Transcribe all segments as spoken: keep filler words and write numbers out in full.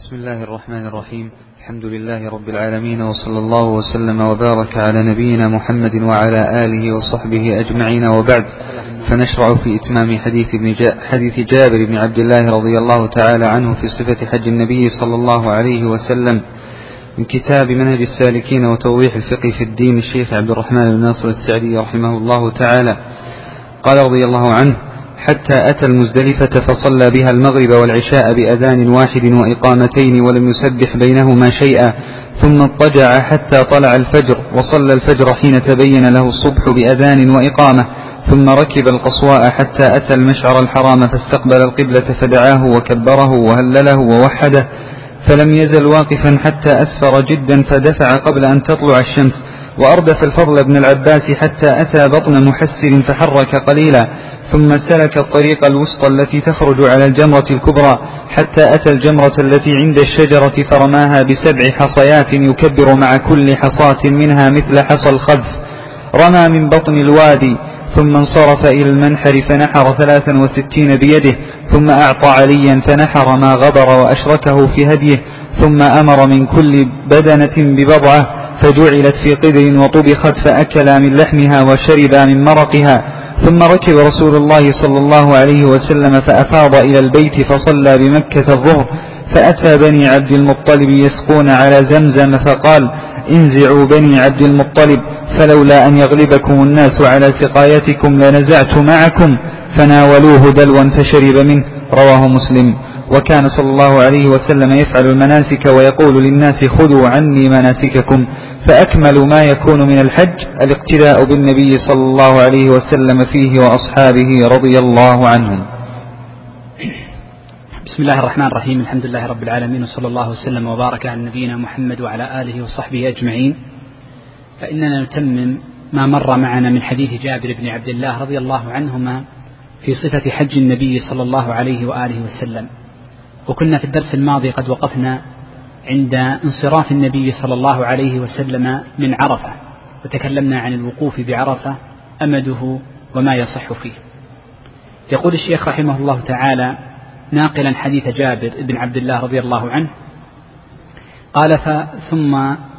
بسم الله الرحمن الرحيم. الحمد لله رب العالمين، وصلى الله وسلم وبارك على نبينا محمد وعلى آله وصحبه أجمعين، وبعد، فنشرع في إتمام حديث, ابن جا حديث جابر بن عبد الله رضي الله تعالى عنه في صفة حج النبي صلى الله عليه وسلم من كتاب منهج السالكين وتوضيح الفقه في الدين الشيخ عبد الرحمن بن ناصر السعدي رحمه الله تعالى. قال رضي الله عنه: حتى أتى المزدلفة فصلى بها المغرب والعشاء بأذان واحد وإقامتين ولم يسبح بينهما شيئا، ثم اضطجع حتى طلع الفجر، وصلى الفجر حين تبين له الصبح بأذان وإقامة، ثم ركب القصواء حتى أتى المشعر الحرام فاستقبل القبلة فدعاه وكبره وهلله ووحده، فلم يزل واقفا حتى أسفر جدا فدفع قبل أن تطلع الشمس، وأردف الفضل بن العباس حتى أتى بطن محسر فحرك قليلا، ثم سلك الطريق الوسطى التي تخرج على الجمرة الكبرى حتى أتى الجمرة التي عند الشجرة فرماها بسبع حصيات يكبر مع كل حصاة منها مثل حصى الخذف، رمى من بطن الوادي، ثم انصرف إلى المنحر فنحر ثلاثا وستين بيده، ثم أعطى عليا فنحر ما غبر وأشركه في هديه، ثم أمر من كل بدنة ببضعة فجعلت في قدر وطبخت فأكلا من لحمها وشربا من مرقها، ثم ركب رسول الله صلى الله عليه وسلم فأفاض إلى البيت فصلى بمكة الظهر، فأتى بني عبد المطلب يسقون على زمزم فقال: انزعوا بني عبد المطلب، فلولا أن يغلبكم الناس على سقايتكم لنزعت معكم، فناولوه دلوا فشرب منه. رواه مسلم. وكان صلى الله عليه وسلم يفعل المناسك ويقول للناس: خذوا عني مناسككم، فأكمل ما يكون من الحج الاقتداء بالنبي صلى الله عليه وسلم فيه وأصحابه رضي الله عنهم. بسم الله الرحمن الرحيم. الحمد لله رب العالمين، وصلى الله وسلم وبارك على نبينا محمد وعلى آله وصحبه أجمعين. فإننا نتمم ما مر معنا من حديث جابر بن عبد الله رضي الله عنهما في صفة حج النبي صلى الله عليه وآله وسلم. وكنا في الدرس الماضي قد وقفنا عند انصراف النبي صلى الله عليه وسلم من عرفة، وتكلمنا عن الوقوف بعرفة، أمده وما يصح فيه. يقول الشيخ رحمه الله تعالى ناقلا حديث جابر بن عبد الله رضي الله عنه قال: ثم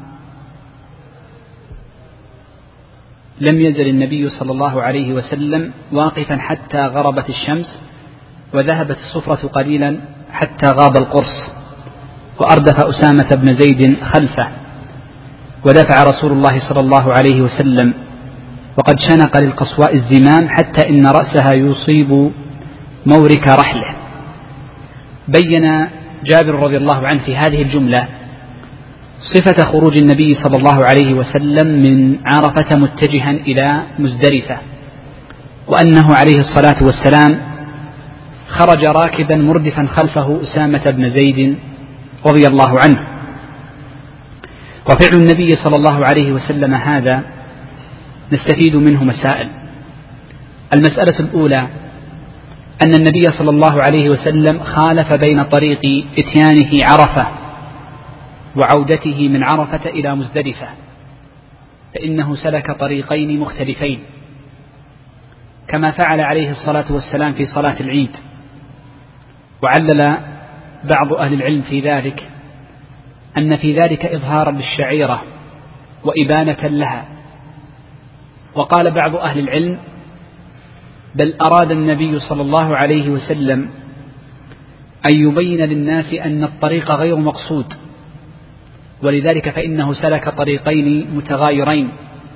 لم يزل النبي صلى الله عليه وسلم واقفا حتى غربت الشمس، وذهبت الصفرة قليلا حتى غاب القرص، وأردف أسامة بن زيد خلفه، ودفع رسول الله صلى الله عليه وسلم وقد شنق للقصواء الزمام حتى إن رأسها يصيب مورك رحله. بين جابر رضي الله عنه في هذه الجملة صفة خروج النبي صلى الله عليه وسلم من عرفة متجها إلى مزدلفة، وأنه عليه الصلاة والسلام خرج راكبا مردفا خلفه أسامة بن زيد رضي الله عنه. وفعل النبي صلى الله عليه وسلم هذا نستفيد منه مسائل. المسألة الأولى أن النبي صلى الله عليه وسلم خالف بين طريق إتيانه عرفة وعودته من عرفة إلى مزدلفة، فإنه سلك طريقين مختلفين، كما فعل عليه الصلاة والسلام في صلاة العيد. وعلل بعض أهل العلم في ذلك أن في ذلك إظهارا للشعيرة وإبانة لها. وقال بعض أهل العلم: بل أراد النبي صلى الله عليه وسلم أن يبين للناس أن الطريق غير مقصود، ولذلك فإنه سلك طريقين متغايرين،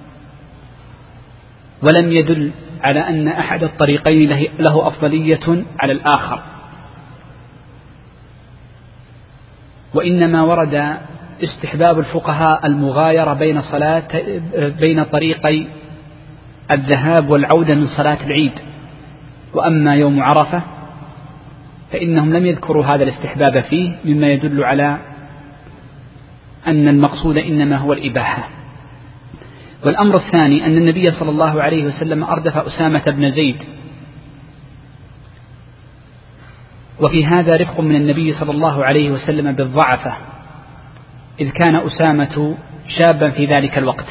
ولم يدل على أن أحد الطريقين له أفضلية على الآخر، وإنما ورد استحباب الفقهاء المغايرة بين صلاة بين طريقي الذهاب والعودة من صلاة العيد. وأما يوم عرفة فإنهم لم يذكروا هذا الاستحباب فيه، مما يدل على أن المقصود إنما هو الإباحة. والأمر الثاني أن النبي صلى الله عليه وسلم أردف أسامة بن زيد، وفي هذا رفق من النبي صلى الله عليه وسلم بالضعفة، إذ كان أسامة شابا في ذلك الوقت.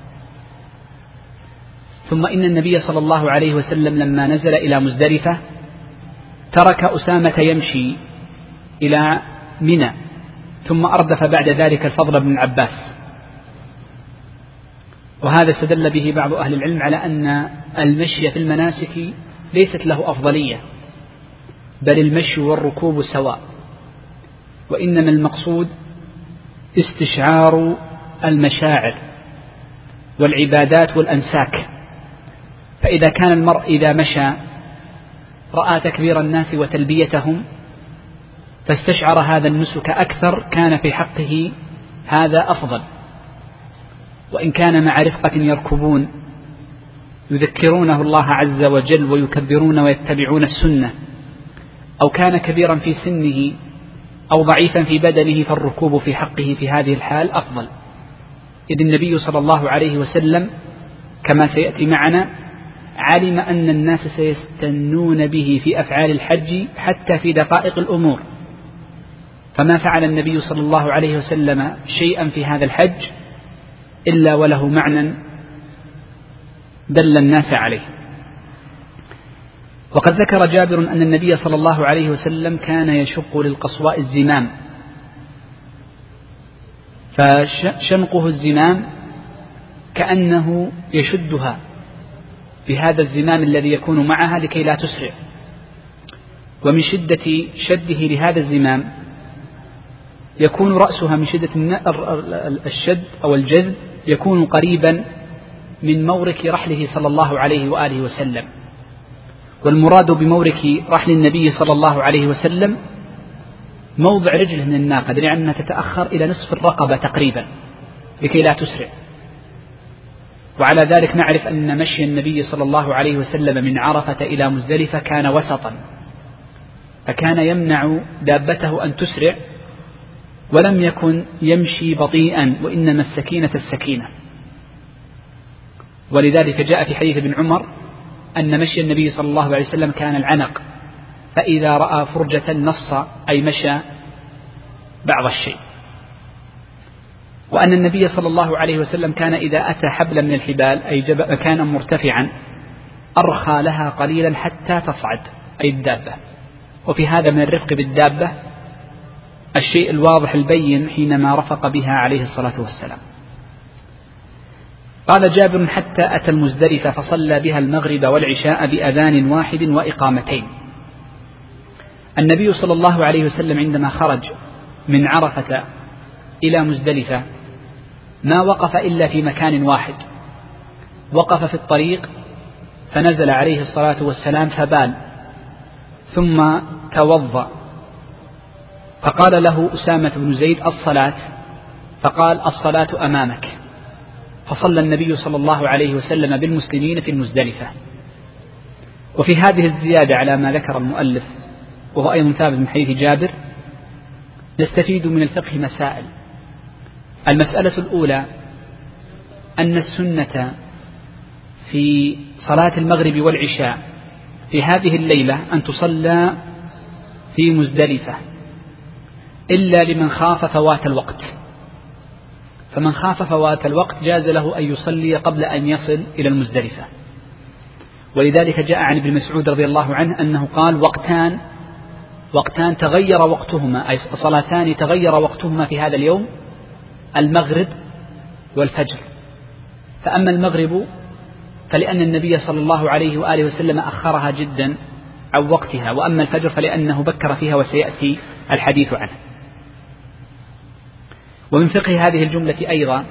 ثم إن النبي صلى الله عليه وسلم لما نزل إلى مزدلفة ترك أسامة يمشي إلى منى ثم أردف بعد ذلك الفضل بن العباس. وهذا استدل به بعض أهل العلم على أن المشي في المناسك ليست له أفضلية، بل المشي والركوب سواء، وإنما المقصود استشعار المشاعر والعبادات والأنساك. فإذا كان المرء إذا مشى رأى تكبير الناس وتلبيتهم فاستشعر هذا النسك أكثر، كان في حقه هذا أفضل. وإن كان مع رفقة يركبون يذكرونه الله عز وجل ويكبرون ويتبعون السنة، أو كان كبيرا في سنه أو ضعيفا في بدنه، فالركوب في حقه في هذه الحال أفضل. إذ النبي صلى الله عليه وسلم كما سيأتي معنا علم أن الناس سيستنون به في أفعال الحج حتى في دقائق الأمور، فما فعل النبي صلى الله عليه وسلم شيئا في هذا الحج إلا وله معنى دل الناس عليه. وقد ذكر جابر أن النبي صلى الله عليه وسلم كان يشق للقصواء الزمام، فشنقه الزمام كأنه يشدها بهذا الزمام الذي يكون معها لكي لا تسرع. ومن شدة شده لهذا الزمام يكون رأسها من شدة الشد أو الجذب يكون قريبا من مورك رحله صلى الله عليه وآله وسلم. والمراد بمورك رحل النبي صلى الله عليه وسلم موضع رجله من الناقة، لأنها تتأخر إلى نصف الرقبة تقريبا لكي لا تسرع. وعلى ذلك نعرف أن مشي النبي صلى الله عليه وسلم من عرفة إلى مزدلفة كان وسطا، فكان يمنع دابته أن تسرع، ولم يكن يمشي بطيئا، وإنما السكينة السكينة. ولذلك جاء في حديث ابن عمر أن مشي النبي صلى الله عليه وسلم كان العنق، فإذا رأى فرجة نص، أي مشى بعض الشيء. وأن النبي صلى الله عليه وسلم كان إذا أتى حبلا من الحبال أي مكانا مرتفعا أرخى لها قليلا حتى تصعد، أي الدابة. وفي هذا من الرفق بالدابة الشيء الواضح البين حينما رفق بها عليه الصلاة والسلام. قال جابر: حتى أتى المزدلفة فصلى بها المغرب والعشاء بأذان واحد وإقامتين. النبي صلى الله عليه وسلم عندما خرج من عرفة إلى مزدلفة ما وقف إلا في مكان واحد، وقف في الطريق فنزل عليه الصلاة والسلام فبال، ثم توضأ، فقال له أسامة بن زيد: الصلاة؟ فقال: الصلاة أمامك. فصلى النبي صلى الله عليه وسلم بالمسلمين في المزدلفة. وفي هذه الزيادة على ما ذكر المؤلف، وهو أيضا ثابت من حديث جابر، نستفيد من الفقه مسائل. المسألة الأولى أن السنة في صلاة المغرب والعشاء في هذه الليلة أن تصلى في مزدلفة، إلا لمن خاف فوات الوقت. فمن خاف فوات الوقت جاز له أن يصلي قبل أن يصل إلى المزدلفة. ولذلك جاء عن ابن مسعود رضي الله عنه أنه قال: وقتان وقتان تغير وقتهما، أي صلاتان تغير وقتهما في هذا اليوم: المغرب والفجر. فأما المغرب فلأن النبي صلى الله عليه وآله وسلم أخرها جدا عن وقتها، وأما الفجر فلأنه بكر فيها، وسيأتي الحديث عنه. ومن فقه هذه الجملة أيضا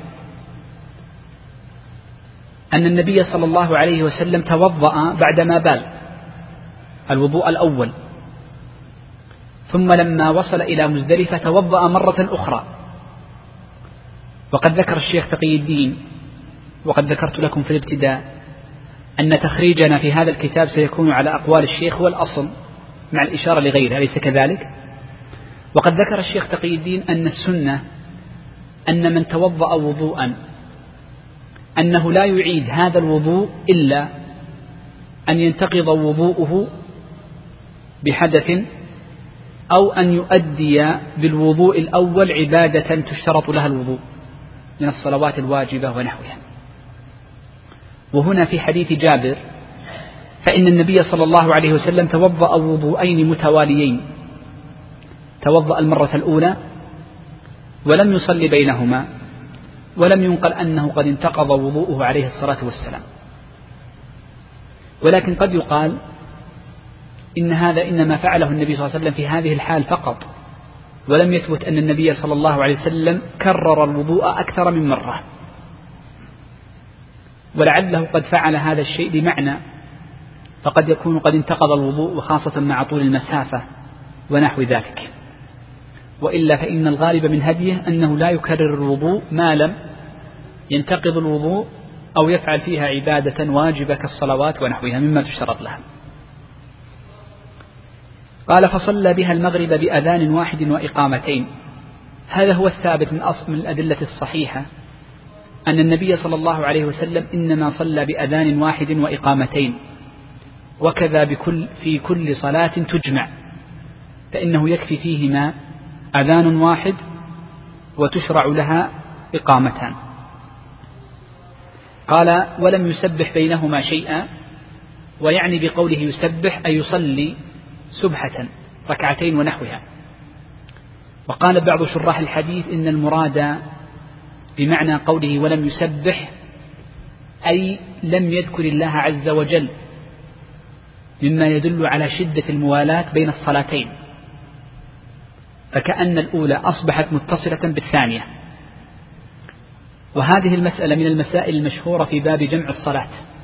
أن النبي صلى الله عليه وسلم توضأ بعدما بال الوضوء الأول، ثم لما وصل إلى مزدلفة توضأ مرة أخرى. وقد ذكر الشيخ تقي الدين، وقد ذكرت لكم في الابتداء أن تخريجنا في هذا الكتاب سيكون على أقوال الشيخ والأصل مع الإشارة لغيره، أليس كذلك؟ وقد ذكر الشيخ تقي الدين أن السنة أن من توضأ وضوءا أنه لا يعيد هذا الوضوء إلا أن ينتقض وضوءه بحدث، أو أن يؤدي بالوضوء الأول عبادة تشترط لها الوضوء من الصلوات الواجبة ونحوها. وهنا في حديث جابر فإن النبي صلى الله عليه وسلم توضأ وضوءين متواليين، توضأ المرة الأولى ولم يصلي بينهما، ولم ينقل أنه قد انتقض وضوءه عليه الصلاة والسلام. ولكن قد يقال إن هذا إنما فعله النبي صلى الله عليه وسلم في هذه الحال فقط، ولم يثبت أن النبي صلى الله عليه وسلم كرر الوضوء أكثر من مرة، ولعله قد فعل هذا الشيء بمعنى، فقد يكون قد انتقض الوضوء وخاصة مع طول المسافة ونحو ذلك. وإلا فإن الغالب من هديه أنه لا يكرر الوضوء ما لم ينتقض الوضوء أو يفعل فيها عبادة واجبة كالصلوات ونحوها مما تشترط لها. قال فصلى بها المغرب بأذان واحد وإقامتين. هذا هو الثابت من أصل من الأدلة الصحيحة أن النبي صلى الله عليه وسلم إنما صلى بأذان واحد وإقامتين، وكذا بكل في كل صلاة تجمع، فإنه يكفي فيهما أذان واحد وتشرع لها إقامتان. قال ولم يسبح بينهما شيئا، ويعني بقوله يسبح أي يصلي سبحة ركعتين ونحوها. وقال بعض شراح الحديث إن المراد بمعنى قوله ولم يسبح أي لم يذكر الله عز وجل، مما يدل على شدة الموالاة بين الصلاتين، فكأن الأولى أصبحت متصلة بالثانية. وهذه المسألة من المسائل المشهورة في باب جمع الصلاة،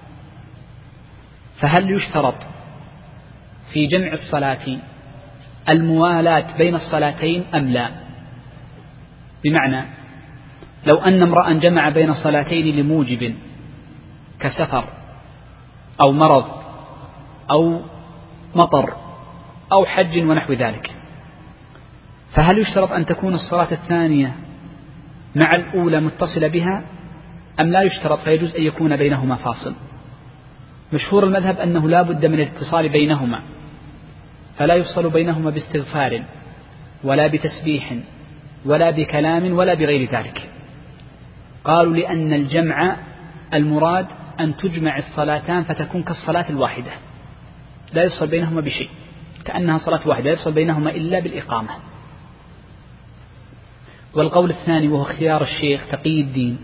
فهل يشترط في جمع الصلاة الموالاة بين الصلاتين أم لا؟ بمعنى لو أن امرأ جمع بين صلاتين لموجب كسفر أو مرض أو مطر أو حج ونحو ذلك، فهل يشترط أن تكون الصلاة الثانية مع الأولى متصلة بها أم لا يشترط فيجوز أن يكون بينهما فاصل؟ مشهور المذهب أنه لا بد من الاتصال بينهما، فلا يفصل بينهما باستغفار ولا بتسبيح ولا بكلام ولا بغير ذلك. قالوا لأن الجمع المراد أن تجمع الصلاتان فتكون كالصلاة الواحدة، لا يفصل بينهما بشيء، كأنها صلاة واحدة لا يفصل بينهما إلا بالإقامة. والقول الثاني وهو اختيار الشيخ تقي الدين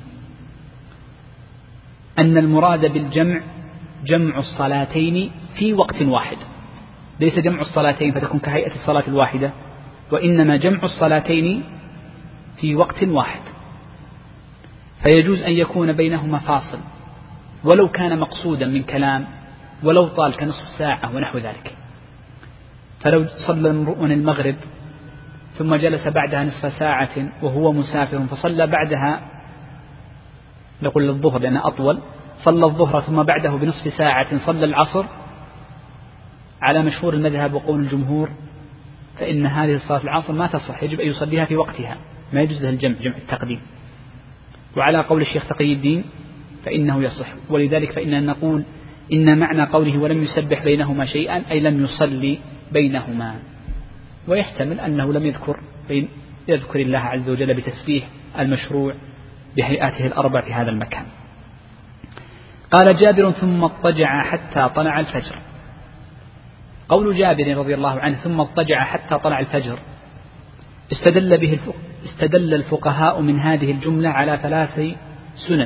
أن المراد بالجمع جمع الصلاتين في وقت واحد، ليس جمع الصلاتين فتكون كهيئة الصلاة الواحدة، وإنما جمع الصلاتين في وقت واحد، فيجوز أن يكون بينهما فاصل ولو كان مقصودا من كلام ولو طال كنصف ساعة ونحو ذلك. فلو صلى امرؤ المغرب ثم جلس بعدها نصف ساعة وهو مسافر فصلى بعدها نقول الظهر لأنه أطول، صلى الظهر ثم بعده بنصف ساعة صلى العصر على مشهور المذهب وقول الجمهور، فإن هذه الصلاة العصر ما تصح، يجب أن يصليها في وقتها، ما يجوز له الجمع جمع التقديم. وعلى قول الشيخ تقي الدين فإنه يصح، ولذلك فإننا نقول إن معنى قوله ولم يسبح بينهما شيئا أي لم يصلي بينهما، ويحتمل أنه لم يذكر بين يذكر الله عز وجل بتسبيح المشروع بهيئاته الأربع في هذا المكان. قال جابر ثم اضطجع حتى طلع الفجر. قول جابر رضي الله عنه ثم اضطجع حتى طلع الفجر استدل به استدل الفقهاء من هذه الجملة على ثلاث سنن.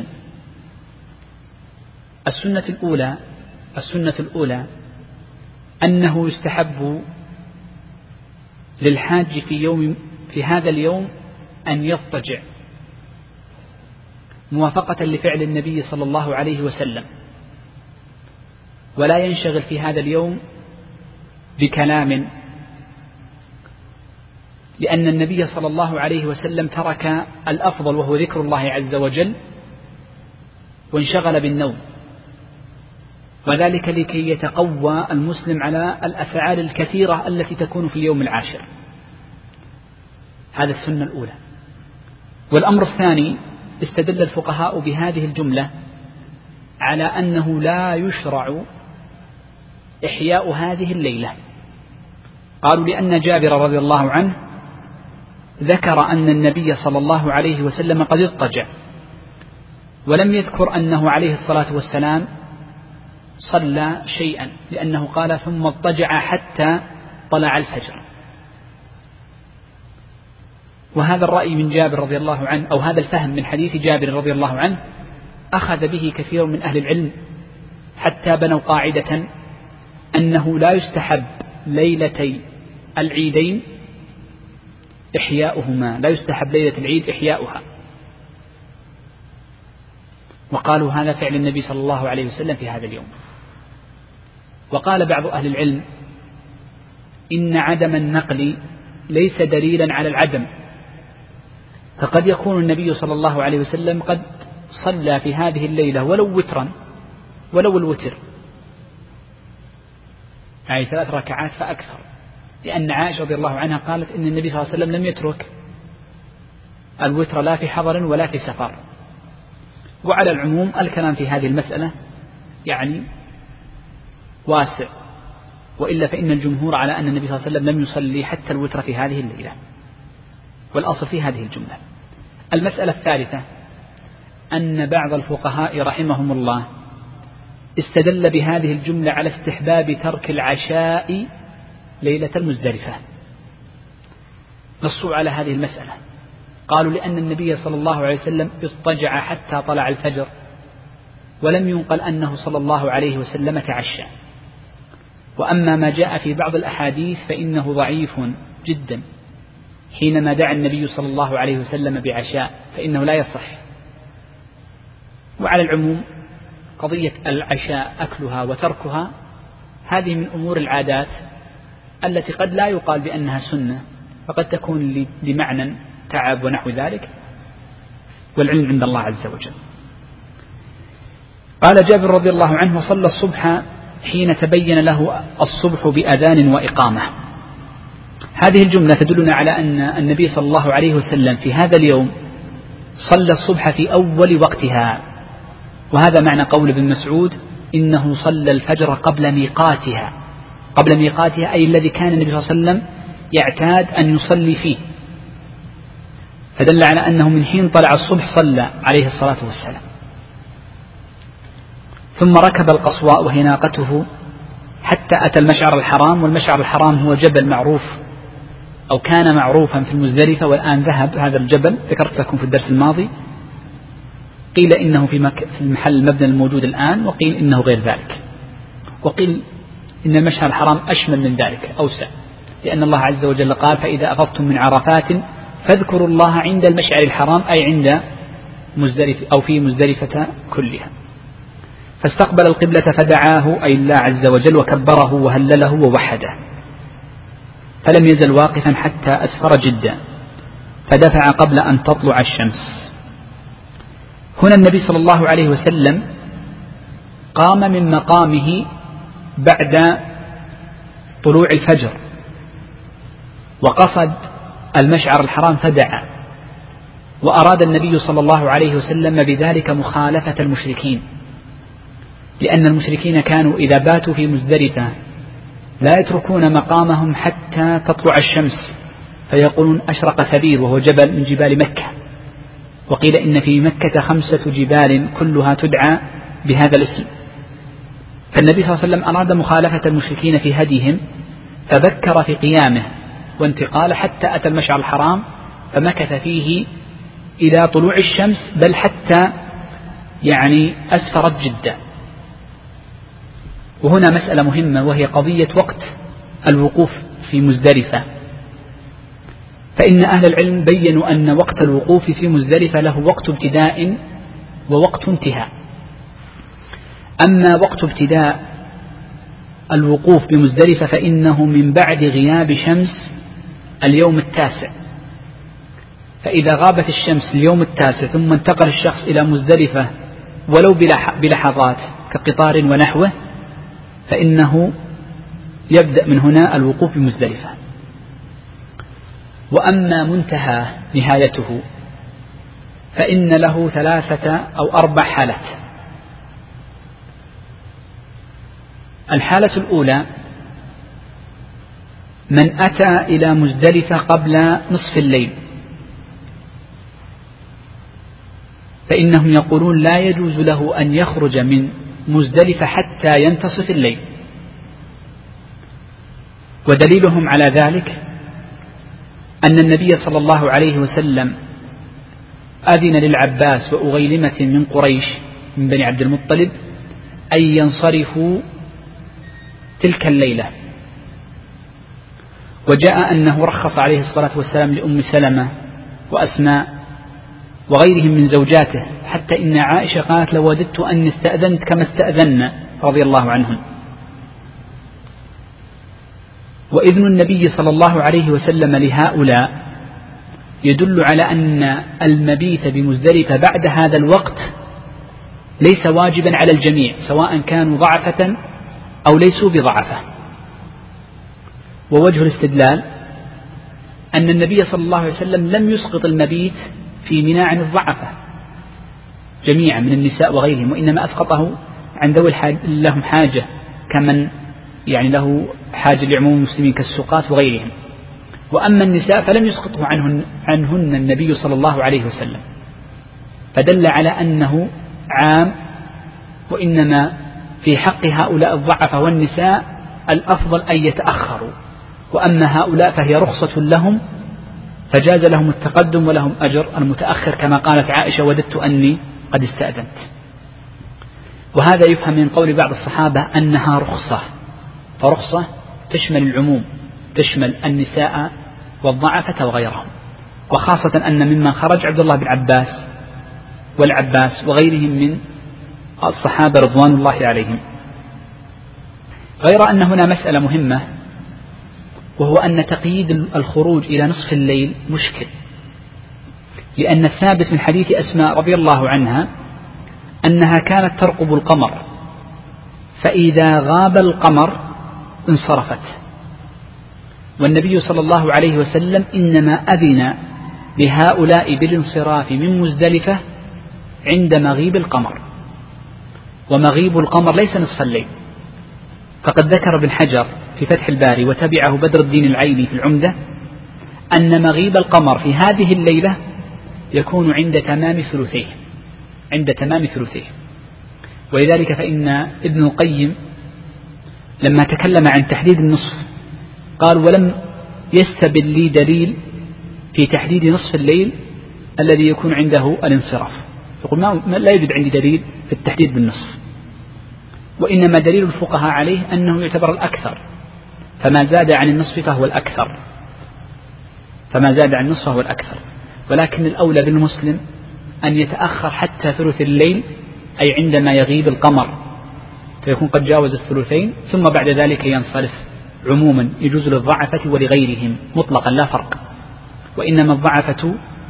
السنة الأولى السنة الأولى أنه يستحب للحاج في يوم في هذا اليوم أن يضطجع موافقة لفعل النبي صلى الله عليه وسلم، ولا ينشغل في هذا اليوم بكلام، لأن النبي صلى الله عليه وسلم ترك الأفضل وهو ذكر الله عز وجل وانشغل بالنوم، وذلك لكي يتقوى المسلم على الأفعال الكثيرة التي تكون في اليوم العاشر. هذا السنة الأولى. والأمر الثاني استدل الفقهاء بهذه الجملة على أنه لا يشرع إحياء هذه الليلة. قالوا لأن جابر رضي الله عنه ذكر أن النبي صلى الله عليه وسلم قد اضطجع، ولم يذكر أنه عليه الصلاة والسلام صلى شيئا، لأنه قال ثم اضطجع حتى طلع الفجر. وهذا الرأي من جابر رضي الله عنه، أو هذا الفهم من حديث جابر رضي الله عنه أخذ به كثير من أهل العلم، حتى بنوا قاعدة أنه لا يستحب ليلتي العيدين إحياؤهما، لا يستحب ليلة العيد إحياؤها، وقالوا هذا فعل النبي صلى الله عليه وسلم في هذا اليوم. وقال بعض أهل العلم إن عدم النقل ليس دليلا على العدم، فقد يكون النبي صلى الله عليه وسلم قد صلى في هذه الليلة ولو وترا، ولو الوتر يعني ثلاث ركعات فأكثر، لأن عائشة رضي الله عنها قالت إن النبي صلى الله عليه وسلم لم يترك الوتر لا في حضر ولا في سفر. وعلى العموم الكلام في هذه المسألة يعني واسع، وإلا فإن الجمهور على أن النبي صلى الله عليه وسلم لم يصلي حتى الوتر في هذه الليلة، والأصل في هذه الجملة. المسألة الثالثة أن بعض الفقهاء رحمهم الله استدل بهذه الجملة على استحباب ترك العشاء ليلة المزدلفة، نصوا على هذه المسألة، قالوا لأن النبي صلى الله عليه وسلم اضطجع حتى طلع الفجر، ولم ينقل أنه صلى الله عليه وسلم تعشى. وأما ما جاء في بعض الأحاديث فإنه ضعيف جدا، حينما دعا النبي صلى الله عليه وسلم بعشاء فإنه لا يصح. وعلى العموم قضية العشاء أكلها وتركها هذه من أمور العادات التي قد لا يقال بأنها سنة، فقد تكون لمعنى تعب ونحو ذلك، والعلم عند الله عز وجل. قال جابر رضي الله عنه: صلى الصبح حين تبين له الصبح بأذان وإقامة. هذه الجملة تدلنا على أن النبي صلى الله عليه وسلم في هذا اليوم صلى الصبح في أول وقتها، وهذا معنى قول ابن مسعود: إنه صلى الفجر قبل ميقاتها. قبل ميقاتها أي الذي كان النبي صلى الله عليه وسلم يعتاد أن يصلي فيه، فدل على أنه من حين طلع الصبح صلى عليه الصلاة والسلام. ثم ركب القصواء وهي ناقته حتى أتى المشعر الحرام، والمشعر الحرام هو جبل معروف أو كان معروفا في المزدلفة، والآن ذهب هذا الجبل، ذكرت لكم في الدرس الماضي. قيل إنه في, مك... في المحل المبنى الموجود الآن، وقيل إنه غير ذلك، وقيل إن المشعر الحرام أشمل من ذلك، أوسع، لأن الله عز وجل قال: فإذا أفضتم من عرفات فاذكروا الله عند المشعر الحرام، أي عند مزدلفة أو في مزدلفة كلها. فاستقبل القبلة فدعاه أي الله عز وجل، وكبره وهلله ووحده، فلم يزل واقفا حتى أسفر جدا، فدفع قبل أن تطلع الشمس. هنا النبي صلى الله عليه وسلم قام من مقامه بعد طلوع الفجر، وقصد المشعر الحرام فدعا، وأراد النبي صلى الله عليه وسلم بذلك مخالفة المشركين، لأن المشركين كانوا إذا باتوا في مزدلفة لا يتركون مقامهم حتى تطلع الشمس، فيقولون: أشرق ثبير، وهو جبل من جبال مكة، وقيل إن في مكة خمسة جبال كلها تدعى بهذا الاسم. فالنبي صلى الله عليه وسلم أراد مخالفة المشركين في هديهم، فبكر في قيامه وانتقال حتى أتى المشعر الحرام، فمكث فيه إلى طلوع الشمس، بل حتى يعني أسفرت جدا. وهنا مسألة مهمة، وهي قضية وقت الوقوف في مزدلفة، فإن أهل العلم بيّنوا أن وقت الوقوف في مزدلفة له وقت ابتداء ووقت انتهاء. أما وقت ابتداء الوقوف بمزدلفة فإنه من بعد غياب شمس اليوم التاسع، فإذا غابت الشمس اليوم التاسع ثم انتقل الشخص إلى مزدلفة ولو بلحظات كقطار ونحوه، فإنه يبدأ من هنا الوقوف بمزدلفة. وأما منتهى نهايته فإن له ثلاثة أو أربع حالات. الحالة الأولى: من أتى إلى مزدلفة قبل نصف الليل، فإنهم يقولون لا يجوز له أن يخرج من مزدلفة حتى ينتصف الليل، ودليلهم على ذلك أن النبي صلى الله عليه وسلم أذن للعباس وأغيلمة من قريش من بني عبد المطلب أن ينصرفوا تلك الليلة، وجاء أنه رخص عليه الصلاة والسلام لأم سلمة وأسماء وغيرهم من زوجاته، حتى إن عائشة قالت لو وددت أن استأذنت كما استأذن رضي الله عنهم. وإذن النبي صلى الله عليه وسلم لهؤلاء يدل على أن المبيت بمزدلفة بعد هذا الوقت ليس واجبا على الجميع، سواء كانوا ضعفة أو ليسوا بضعفة. ووجه الاستدلال أن النبي صلى الله عليه وسلم لم يسقط المبيت في منى عن الضعفة جميعا من النساء وغيرهم، وإنما أسقطه عن ذوي لهم حاجة كمن يعني له حاجة لعموم المسلمين كالسقاة وغيرهم. وأما النساء فلم يسقطه عنهن, عنهن النبي صلى الله عليه وسلم، فدل على أنه عام، وإنما في حق هؤلاء الضعفة والنساء الأفضل أن يتأخروا، وأما هؤلاء فهي رخصة لهم فجاز لهم التقدم ولهم أجر المتأخر، كما قالت عائشة وددت أني قد استأذنت. وهذا يفهم من قول بعض الصحابة أنها رخصة، فرخصة تشمل العموم، تشمل النساء والضعفة وغيرهم، وخاصة أن ممن خرج عبد الله بن عباس والعباس وغيرهم من الصحابة رضوان الله عليهم. غير أن هنا مسألة مهمة، وهو أن تقييد الخروج إلى نصف الليل مشكل، لأن الثابت من حديث أسماء رضي الله عنها أنها كانت ترقب القمر، فإذا غاب القمر انصرفت، والنبي صلى الله عليه وسلم إنما أذن لهؤلاء بالانصراف من مزدلفة عند مغيب القمر، ومغيب القمر ليس نصف الليل. فقد ذكر ابن حجر في فتح الباري وتبعه بدر الدين العيني في العمدة أن مغيب القمر في هذه الليلة يكون عند تمام ثلثيه عند تمام ثلثيه ولذلك فإن ابن القيم لما تكلم عن تحديد النصف قال ولم يستبل لي دليل في تحديد نصف الليل الذي يكون عنده الانصراف، يقول ما لا يوجد عندي دليل في التحديد بالنصف، وإنما دليل الفقهاء عليه أنه يعتبر الأكثر، فما زاد عن النصف فهو الأكثر فما زاد عن النصف فهو الأكثر ولكن الأولى بالمسلم أن يتأخر حتى ثلث الليل، أي عندما يغيب القمر فيكون قد جاوز الثلثين، ثم بعد ذلك ينصرف. عموما يجوز للضعفة ولغيرهم مطلقا لا فرق، وإنما الضعفة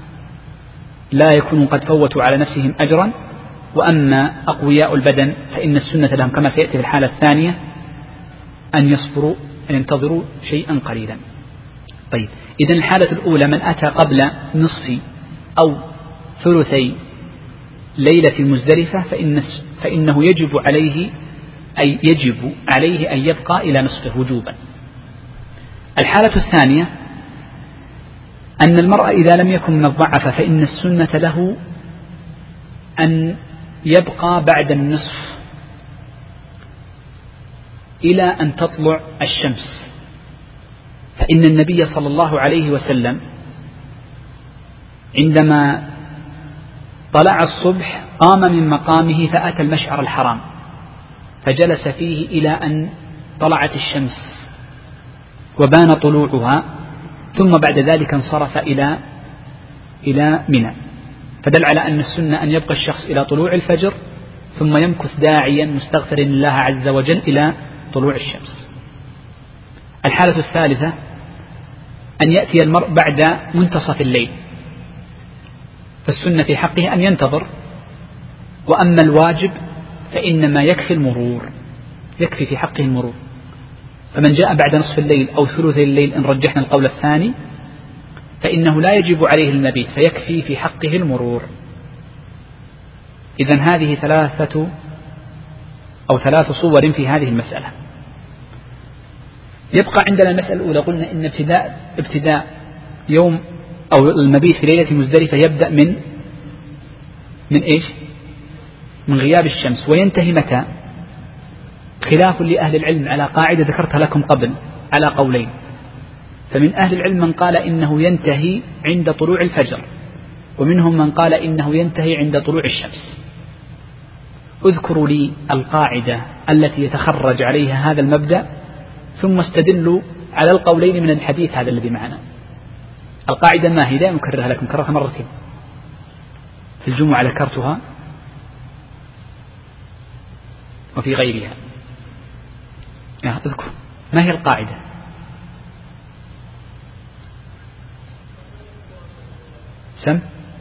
لا يكون قد فوتوا على نفسهم أجرا، وأما أقوياء البدن فإن السنة لهم كما سيأتي في الحالة الثانية أن يصبروا أن ينتظروا شيئا قليلا. طيب، إذن الحالة الأولى من أتى قبل نصف أو ثلثي ليلة مزدلفة فإن فإنه يجب عليه أي يجب عليه أن يبقى إلى نصفه وجوبا. الحالة الثانية أن المرء إذا لم يكن من الضعف فإن السنة له أن يبقى بعد النصف إلى أن تطلع الشمس، فإن النبي صلى الله عليه وسلم عندما طلع الصبح قام من مقامه فأتى المشعر الحرام فجلس فيه إلى أن طلعت الشمس وبان طلوعها، ثم بعد ذلك انصرف إلى إلى منى، فدل على أن السنة أن يبقى الشخص إلى طلوع الفجر ثم يمكث داعيا مستغفرا لله عز وجل إلى طلوع الشمس. الحالة الثالثة أن يأتي المرء بعد منتصف الليل، فالسنة في حقه أن ينتظر، وأما الواجب فإنما يكفي المرور، يكفي في حقه المرور. فمن جاء بعد نصف الليل أو ثلث الليل إن رجحنا القول الثاني فإنه لا يجب عليه المبيت، فيكفي في حقه المرور. إذن هذه ثلاثة أو ثلاث صور في هذه المسألة. يبقى عندنا المسألة الأولى، قلنا إن ابتداء ابتداء يوم أو المبيت في ليلة مزدلفة يبدأ من من إيش؟ من غياب الشمس، وينتهي متى؟ خلاف لأهل العلم على قاعدة ذكرتها لكم قبل على قولين. فمن أهل العلم من قال إنه ينتهي عند طلوع الفجر، ومنهم من قال إنه ينتهي عند طلوع الشمس. اذكروا لي القاعدة التي يتخرج عليها هذا المبدأ، ثم استدلوا على القولين من الحديث هذا الذي معنا. القاعدة ما هي؟ دائما أكررها لكم، كررها مرتين في الجمعة، ذكرتها وفي غيرها. اذكر ما هي القاعدة؟ سم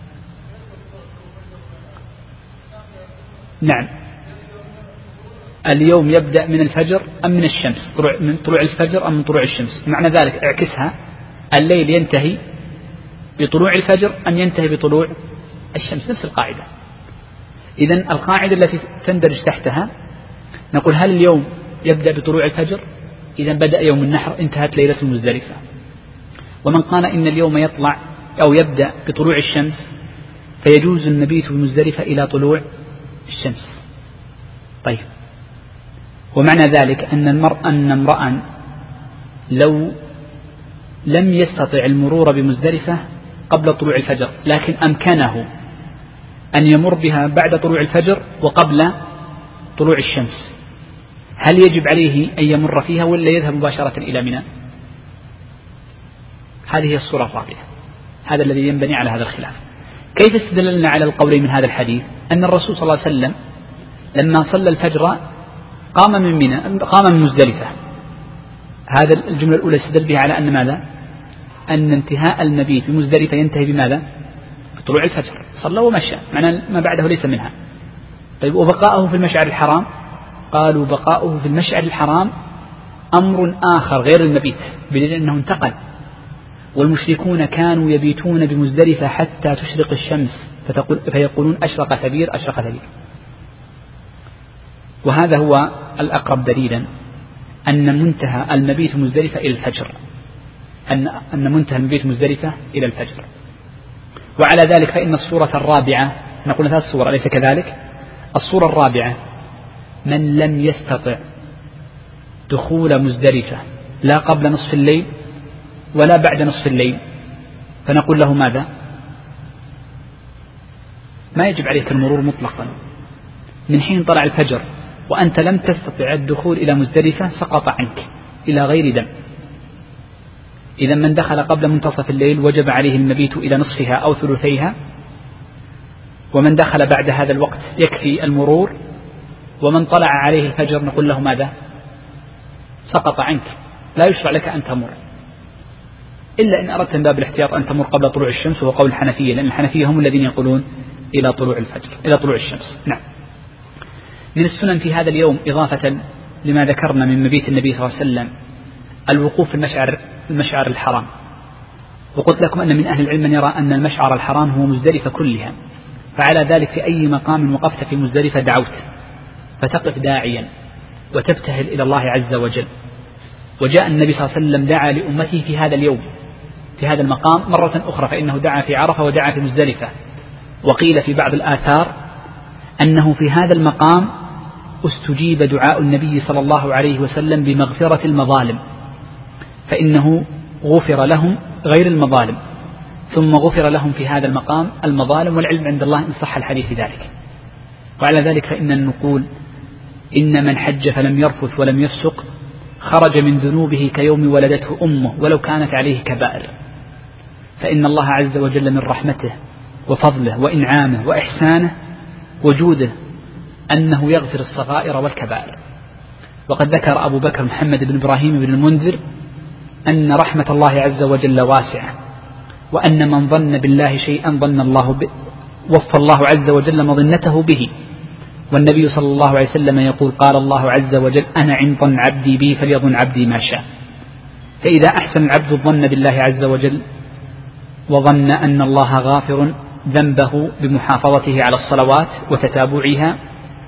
نعم. اليوم يبدأ من الفجر أم من الشمس؟ طلوع من طلوع الفجر أم من طلوع الشمس؟ معنى ذلك اعكسها، الليل ينتهي بطلوع الفجر أم ينتهي بطلوع الشمس؟ نفس القاعدة. إذن القاعدة التي تندرج تحتها نقول هل اليوم يبدأ بطلوع الفجر؟ إذا بدأ يوم النحر، انتهت ليلة المزدلفة. ومن قال إن اليوم يطلع أو يبدأ بطلوع الشمس فيجوز المبيت بمزدلفة إلى طلوع الشمس. طيب، ومعنى ذلك أن المرء أن امرأ لو لم يستطع المرور بمزدلفة قبل طلوع الفجر، لكن أمكنه أن يمر بها بعد طلوع الفجر وقبل طلوع الشمس، هل يجب عليه أن يمر فيها ولا يذهب مباشرة إلى منى؟ هذه هي الصورة الرابعة، هذا الذي ينبني على هذا الخلاف. كيف استدللنا على القولين من هذا الحديث؟ أن الرسول صلى الله عليه وسلم لما صلى الفجر قام من منى، قام من مزدلفة. هذا الجملة الأولى استدل بها على أن ماذا؟ أن انتهاء المبيت بمزدلفة ينتهي بماذا؟ بطلوع الفجر. صلى ومشى، معنى ما بعده ليس منها. طيب، وبقاؤه في المشعر الحرام؟ قالوا بقاؤه في المشعر الحرام أمر آخر غير المبيت، بدليل أنه انتقل. والمشركون كانوا يبيتون بمزدلفة حتى تشرق الشمس فتقول فيقولون أشرق ثبير أشرق ثبير. وهذا هو الأقرب دليلا أن منتهى المبيت مزدلفة إلى الفجر، أن أن منتهى المبيت مزدلفة إلى الفجر. وعلى ذلك فإن الصورة الرابعة، نقول ثلاث صور أليس كذلك؟ الصورة الرابعة من لم يستطع دخول مزدلفة لا قبل نصف الليل ولا بعد نصف الليل، فنقول له ماذا؟ ما يجب عليك المرور مطلقا من حين طلع الفجر وأنت لم تستطع الدخول إلى مزدلفة، سقط عنك إلى غير دم. إذا من دخل قبل منتصف الليل وجب عليه المبيت إلى نصفها أو ثلثيها، ومن دخل بعد هذا الوقت يكفي المرور، ومن طلع عليه الفجر نقول له ماذا؟ سقط عنك، لا يشرع لك أن تمر، إلا إن أردت من باب الاحتياط أن تمر قبل طلوع الشمس، وهو قول الحنفية، لأن الحنفية هم الذين يقولون إلى طلوع الفجر إلى طلوع الشمس. نعم. من السنن في هذا اليوم إضافة لما ذكرنا من مبيت النبي صلى الله عليه وسلم الوقوف في المشعر المشعر الحرام. وقلت لكم أن من أهل العلم من يرى أن المشعر الحرام هو مزدلفة كلها، فعلى ذلك في أي مقام وقفت في مزدلفة دعوت، فتقف داعيا وتبتهل إلى الله عز وجل. وجاء النبي صلى الله عليه وسلم دعا لأمته في هذا اليوم في هذا المقام مرة أخرى، فإنه دعا في عرفة ودعا في مزدلفة. وقيل في بعض الآثار أنه في هذا المقام استجيب دعاء النبي صلى الله عليه وسلم بمغفرة المظالم، فإنه غفر لهم غير المظالم، ثم غفر لهم في هذا المقام المظالم، والعلم عند الله إن صح الحديث ذلك. وعلى ذلك فإننا نقول إن من حج فلم يرفث ولم يفسق خرج من ذنوبه كيوم ولدته أمه ولو كانت عليه كبائر. فإن الله عز وجل من رحمته وفضله وإنعامه وإحسانه وجوده أنه يغفر الصغائر والكبائر. وقد ذكر أبو بكر محمد بن إبراهيم بن المنذر أن رحمة الله عز وجل واسعة، وأن من ظن بالله شيئا ظن الله به وفى الله عز وجل مظنته به. والنبي صلى الله عليه وسلم يقول قال الله عز وجل أنا عند ظن عبدي بي فليظن عبدي ما شاء. فإذا أحسن العبد الظن بالله عز وجل وظن أن الله غافر ذنبه بمحافظته على الصلوات وتتابعها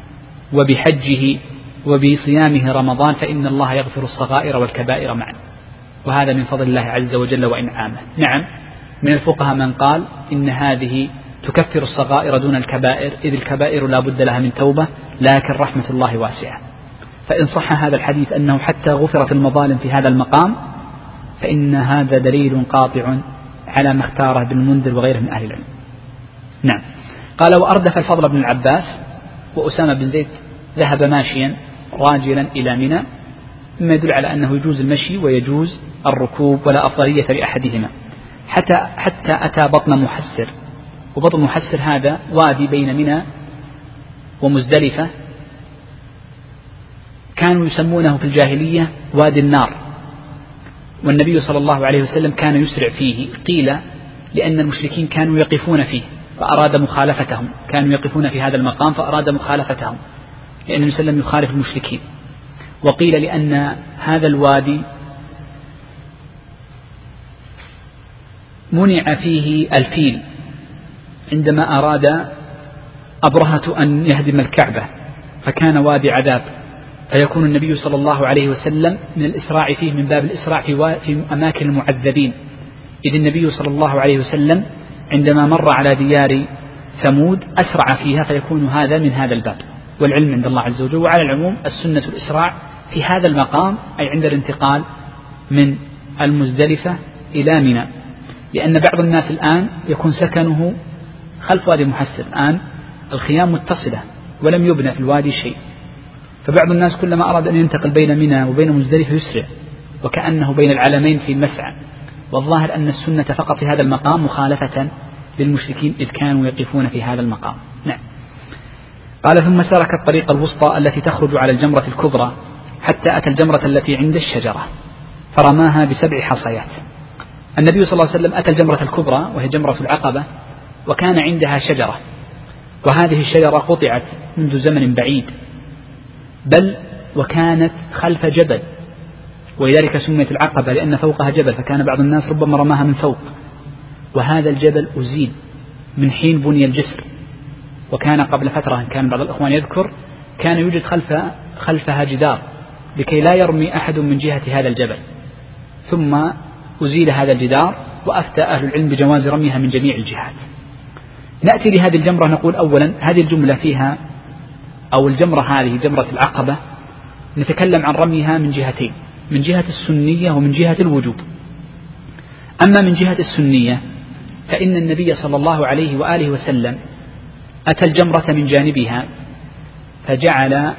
وبحجه وبصيامه رمضان، فإن الله يغفر الصغائر والكبائر معا، وهذا من فضل الله عز وجل وإنعامه. نعم، من الفقهاء من قال إن هذه تكفر الصغائر دون الكبائر، إذ الكبائر لا بد لها من توبة، لكن رحمة الله واسعة. فإن صح هذا الحديث أنه حتى غفرت المظالم في هذا المقام، فإن هذا دليل قاطع على ما اختاره ابن المنذر وغيره من أهل العلم. نعم. قال وأردف الفضل بن العباس وأسامة بن زيد ذهب ماشيا راجلا إلى منى، مما يدل على أنه يجوز المشي ويجوز الركوب ولا أفضلية لأحدهما، حتى حتى أتى بطن محسر، وبطن محسر هذا وادي بين منى ومزدلفة، كانوا يسمونه في الجاهلية وادي النار، والنبي صلى الله عليه وسلم كان يسرع فيه، قيل لأن المشركين كانوا يقفون فيه فأراد مخالفتهم، كانوا يقفون في هذا المقام فأراد مخالفتهم، لأن النبي صلى الله عليه وسلم يخالف المشركين. وقيل لأن هذا الوادي منع فيه الفيل عندما أراد أبرهة أن يهدم الكعبة، فكان وادي عذاب، فيكون النبي صلى الله عليه وسلم من الإسراع فيه من باب الإسراع في أماكن المعذبين، إذ النبي صلى الله عليه وسلم عندما مر على ديار ثمود أسرع فيها، فيكون هذا من هذا الباب، والعلم عند الله عز وجل. وعلى العموم السنة الإسراع في هذا المقام، أي عند الانتقال من المزدلفة إلى منى، لأن بعض الناس الآن يكون سكنه خلف وادي محسر، الآن الخيام متصلة ولم يبنى في الوادي شيء، فبعض الناس كلما أراد أن ينتقل بين منى وبين مزدلفة يسرع، وكأنه بين العلمين في المسعى. والظاهر أن السنة فقط في هذا المقام مخالفة للمشركين إذ كانوا يقفون في هذا المقام. نعم. قال ثم سلك الطريق الوسطى التي تخرج على الجمرة الكبرى حتى أتى الجمرة التي عند الشجرة فرماها بسبع حصيات. النبي صلى الله عليه وسلم أتى الجمرة الكبرى وهي جمرة العقبة، وكان عندها شجرة، وهذه الشجرة قطعت منذ زمن بعيد، بل وكانت خلف جبل، ولذلك سميت العقبة لأن فوقها جبل، فكان بعض الناس ربما رماها من فوق، وهذا الجبل أزيل من حين بني الجسر، وكان قبل فترة كان بعض الأخوان يذكر كان يوجد خلف خلفها جدار لكي لا يرمي أحد من جهة هذا الجبل، ثم أزيل هذا الجدار وأفتى أهل العلم بجواز رميها من جميع الجهات. نأتي لهذه الجمرة، نقول أولا هذه الجملة فيها أو الجمرة هذه جمرة العقبة نتكلم عن رميها من جهتين، من جهة السنية ومن جهة الوجوب. أما من جهة السنية فإن النبي صلى الله عليه وآله وسلم أتى الجمرة من جانبها فجعل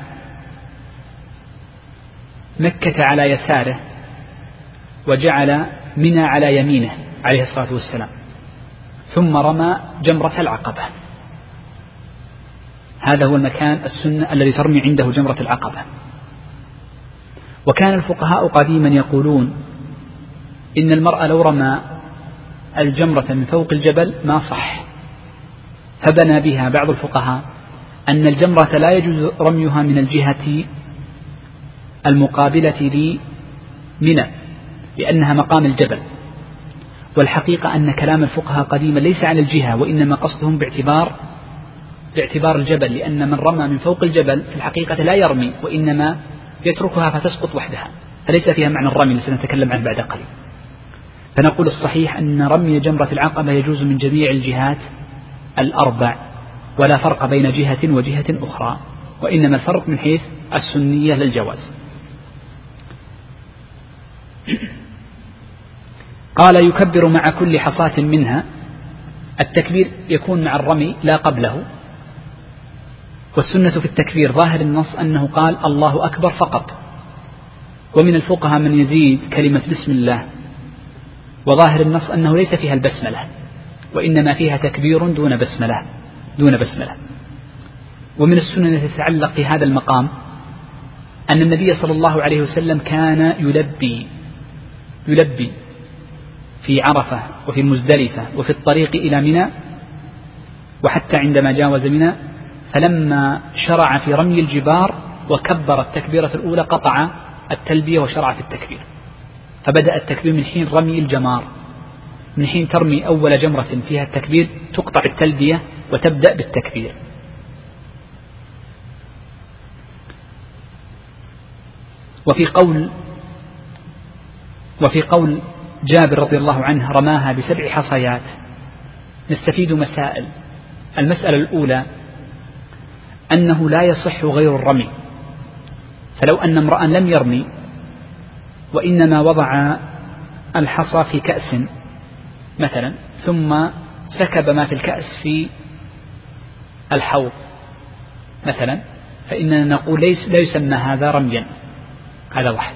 مكة على يساره وجعل منى على يمينه عليه الصلاة والسلام، ثم رمى جمرة العقبة. هذا هو المكان السنة الذي ترمي عنده جمرة العقبة. وكان الفقهاء قديما يقولون إن المرء لو رمى الجمرة من فوق الجبل ما صح، فبنى بها بعض الفقهاء أن الجمرة لا يجوز رميها من الجهة المقابلة لمنى لأنها مقام الجبل. والحقيقة أن كلام الفقهاء قديما ليس على الجهة، وإنما قصدهم باعتبار باعتبار الجبل، لأن من رمى من فوق الجبل في الحقيقة لا يرمي وإنما يتركها فتسقط وحدها، فليس فيها معنى الرمي الذي سنتكلم عنه بعد قليل. فنقول الصحيح أن رمي جمرة العقبة يجوز من جميع الجهات الأربع، ولا فرق بين جهة وجهة أخرى، وإنما الفرق من حيث السنية للجواز. قال يكبر مع كل حصاة منها، التكبير يكون مع الرمي لا قبله، والسنة في التكبير ظاهر النص أنه قال الله أكبر فقط، ومن الفقهاء من يزيد كلمة بسم الله، وظاهر النص أنه ليس فيها البسملة وإنما فيها تكبير دون بسملة دون بسملة. ومن السنة التي تتعلق في هذا المقام أن النبي صلى الله عليه وسلم كان يلبي يلبي في عرفة وفي مزدلفة وفي الطريق إلى منى، وحتى عندما جاوز منى فلما شرع في رمي الجبار وكبر التكبيرة الأولى قطع التلبية وشرع في التكبير، فبدأ التكبير من حين رمي الجمار، من حين ترمي أول جمرة فيها التكبير تقطع التلبية وتبدأ بالتكبير. وفي قول وفي قول جابر رضي الله عنه رماها بسبع حصيات نستفيد مسائل. المسألة الأولى أنه لا يصح غير الرمي، فلو أن امرأ لم يرمي وإنما وضع الحصى في كأس مثلا ثم سكب ما في الكأس في الحوض مثلا، فإننا نقول ليس لا يسمى هذا رميا. هذا واحد.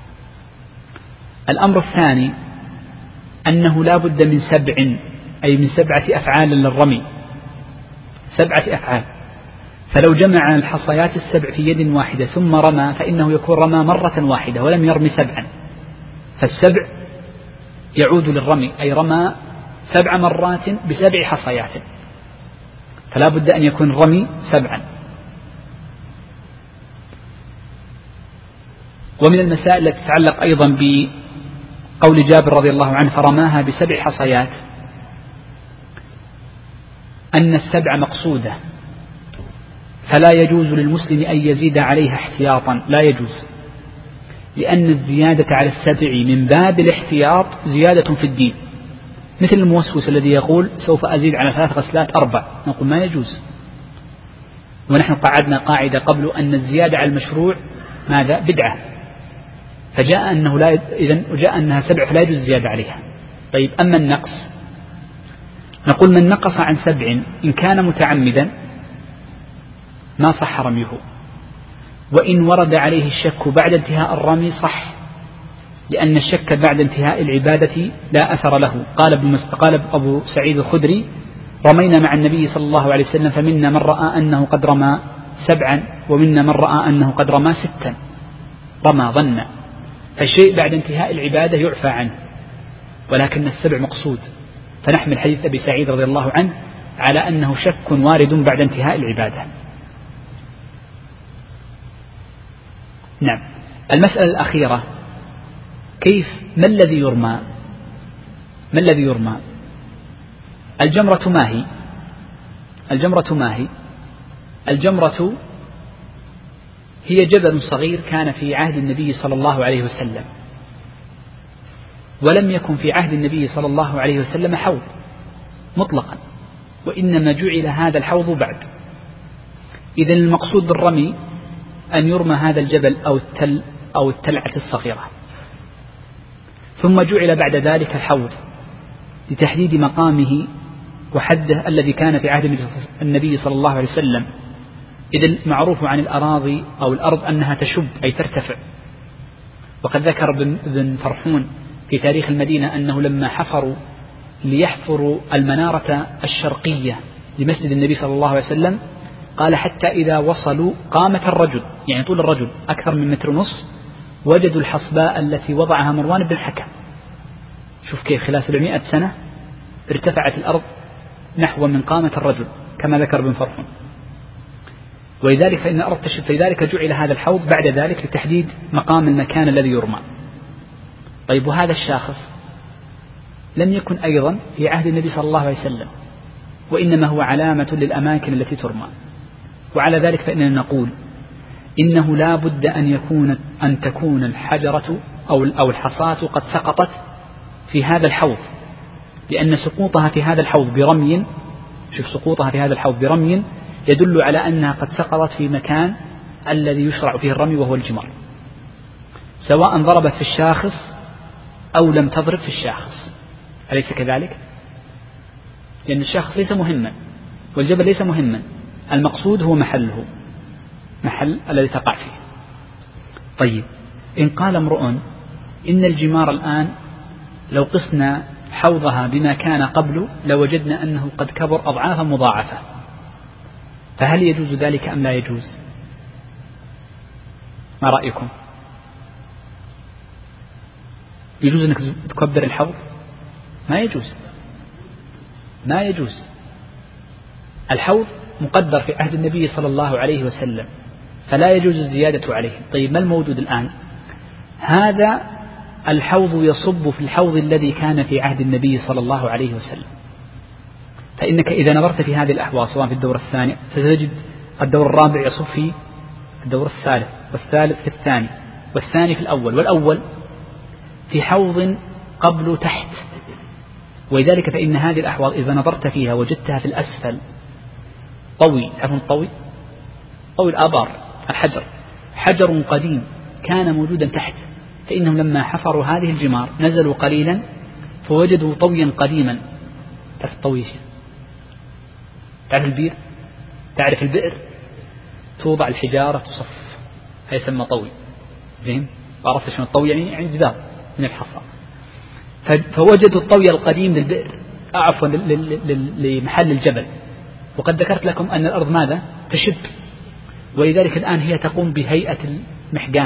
الأمر الثاني أنه لا بد من سبع، أي من سبعة أفعال للرمي، سبعة أفعال. فلو جمع الحصيات السبع في يد واحدة ثم رمى فإنه يكون رمى مرة واحدة ولم يرمي سبعا، فالسبع يعود للرمي، أي رمى سبع مرات بسبع حصيات، فلا بد أن يكون الرمي سبعا. ومن المسائل التي تتعلق أيضا بقول جابر رضي الله عنه فرماها بسبع حصيات أن السبع مقصودة، فلا يجوز للمسلم أن يزيد عليها احتياطا، لا يجوز، لأن الزيادة على السبع من باب الاحتياط زيادة في الدين، مثل الموسوس الذي يقول سوف أزيد على ثلاث غسلات أربع، نقول ما يجوز. ونحن قعدنا قاعدة قبل أن الزيادة على المشروع ماذا؟ بدعة، فجاء أنه لا إذن وجاء أنها سبع فلا يجوز الزيادة عليها. طيب أما النقص، نقول من نقص عن سبع إن كان متعمدا ما صح رميه، وإن ورد عليه الشك بعد انتهاء الرمي صح، لأن الشك بعد انتهاء العبادة لا أثر له. قال ابن قال أبو سعيد الخدري رمينا مع النبي صلى الله عليه وسلم فمنا من رأى أنه قد رمى سبعا ومنا من رأى أنه قد رمى ستا، رمى ظنا، فالشيء بعد انتهاء العبادة يعفى عنه، ولكن السبع مقصود، فنحمل حديث أبي سعيد رضي الله عنه على أنه شك وارد بعد انتهاء العبادة. نعم. المسألة الأخيرة كيف ما الذي يرمى؟ ما الذي يرمى؟ الجمرة ما هي؟ الجمرة ما هي؟ الجمرة هي جبل صغير كان في عهد النبي صلى الله عليه وسلم، ولم يكن في عهد النبي صلى الله عليه وسلم حوض مطلقا، وإنما جعل هذا الحوض بعد. إذن المقصود بالرمي أن يرمى هذا الجبل أو التل أو التلعة الصغيرة، ثم جعل بعد ذلك الحوض لتحديد مقامه وحده الذي كان في عهد النبي صلى الله عليه وسلم. إذن معروف عن الأراضي أو الأرض أنها تشب أي ترتفع، وقد ذكر ابن فرحون في تاريخ المدينة أنه لما حفروا ليحفروا المنارة الشرقية لمسجد النبي صلى الله عليه وسلم قال حتى إذا وصلوا قامة الرجل، يعني طول الرجل أكثر من متر ونصف، وجدوا الحصباء التي وضعها مروان بن الحكم. شوف كيف خلال سبعمائة سنة ارتفعت الأرض نحو من قامة الرجل كما ذكر ابن فرحون، ولذلك فإن الأرض تشب، فلذلك جعل هذا الحوض بعد ذلك لتحديد مقام المكان الذي يرمى. طيب وهذا الشاخص لم يكن أيضا في عهد النبي صلى الله عليه وسلم، وإنما هو علامة للأماكن التي ترمى. وعلى ذلك فإننا نقول إنه لا بد أن يكون أن تكون الحجرة أو أو الحصاة قد سقطت في هذا الحوض، لأن سقوطها في هذا الحوض برمي، شوف سقوطها في هذا الحوض برمي يدل على أنها قد سقطت في مكان الذي يشرع فيه الرمي وهو الجمار، سواء ضربت في الشاخص أو لم تضرب في الشاخص، أليس كذلك؟ لأن الشاخص ليس مهما والجبل ليس مهما، المقصود هو محله، محل الذي تقع فيه. طيب إن قال امرؤ إن الجمار الآن لو قسنا حوضها بما كان قبل لوجدنا أنه قد كبر أضعافا مضاعفة، فهل يجوز ذلك أم لا يجوز؟ ما رأيكم؟ يجوز أنك تكبر الحوض؟ ما يجوز، ما يجوز. الحوض مقدر في عهد النبي صلى الله عليه وسلم، فلا يجوز الزيادة عليه. طيب ما الموجود الآن؟ هذا الحوض يصب في الحوض الذي كان في عهد النبي صلى الله عليه وسلم، فإنك إذا نظرت في هذه الأحواض سواء في الدور الثاني ستجد الدور الرابع يصب في الدور الثالث، والثالث في الثاني، والثاني في الأول، والأول في حوض قبل تحت. ولذلك فإن هذه الأحواض إذا نظرت فيها وجدتها في الأسفل طوي، تعرفون طوي؟ طوي الآبار، الحجر، حجر قديم كان موجودا تحت، فإنهم لما حفروا هذه الجمار نزلوا قليلا فوجدوا طويا قديما. تعرف الطوي؟ تعرف البير؟ تعرف البئر؟ توضع الحجارة تصف فيسمى طوي. زين؟ عرفت شنو الطوي؟ يعني عند جدار من الحصى. فوجدوا الطوي القديم للبئر، عفوا لمحل الجبل. وقد ذكرت لكم أن الأرض ماذا؟ تشب، ولذلك الآن هي تقوم بهيئة المحجان،